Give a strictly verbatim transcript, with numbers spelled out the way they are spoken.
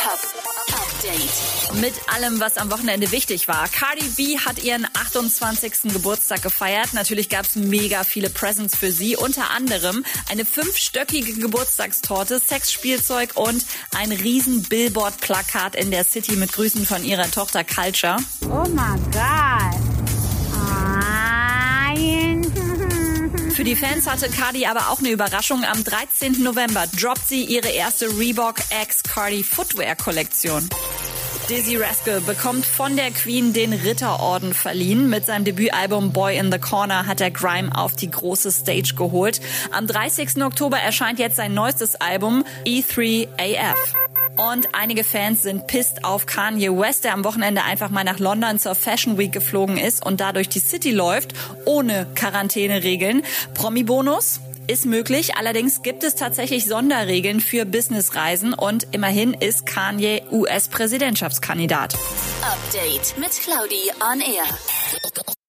Update. Mit allem, was am Wochenende wichtig war. Cardi B hat ihren achtundzwanzigsten Geburtstag gefeiert. Natürlich gab es mega viele Presents für sie. Unter anderem eine fünfstöckige Geburtstagstorte, Sexspielzeug und ein riesen Billboard-Plakat in der City mit Grüßen von ihrer Tochter Culture. Oh my God. Für die Fans hatte Cardi aber auch eine Überraschung. Am dreizehnten November droppt sie ihre erste Reebok X Cardi Footwear Kollektion. Dizzy Rascal bekommt von der Queen den Ritterorden verliehen. Mit seinem Debütalbum Boy in the Corner hat er Grime auf die große Stage geholt. Am dreißigsten Oktober erscheint jetzt sein neuestes Album E drei A F. Und einige Fans sind pissed auf Kanye West, der am Wochenende einfach mal nach London zur Fashion Week geflogen ist und da durch die City läuft, ohne Quarantäneregeln. Promi-Bonus ist möglich, allerdings gibt es tatsächlich Sonderregeln für Businessreisen und immerhin ist Kanye U S-Präsidentschaftskandidat. Update mit Claudi on Air.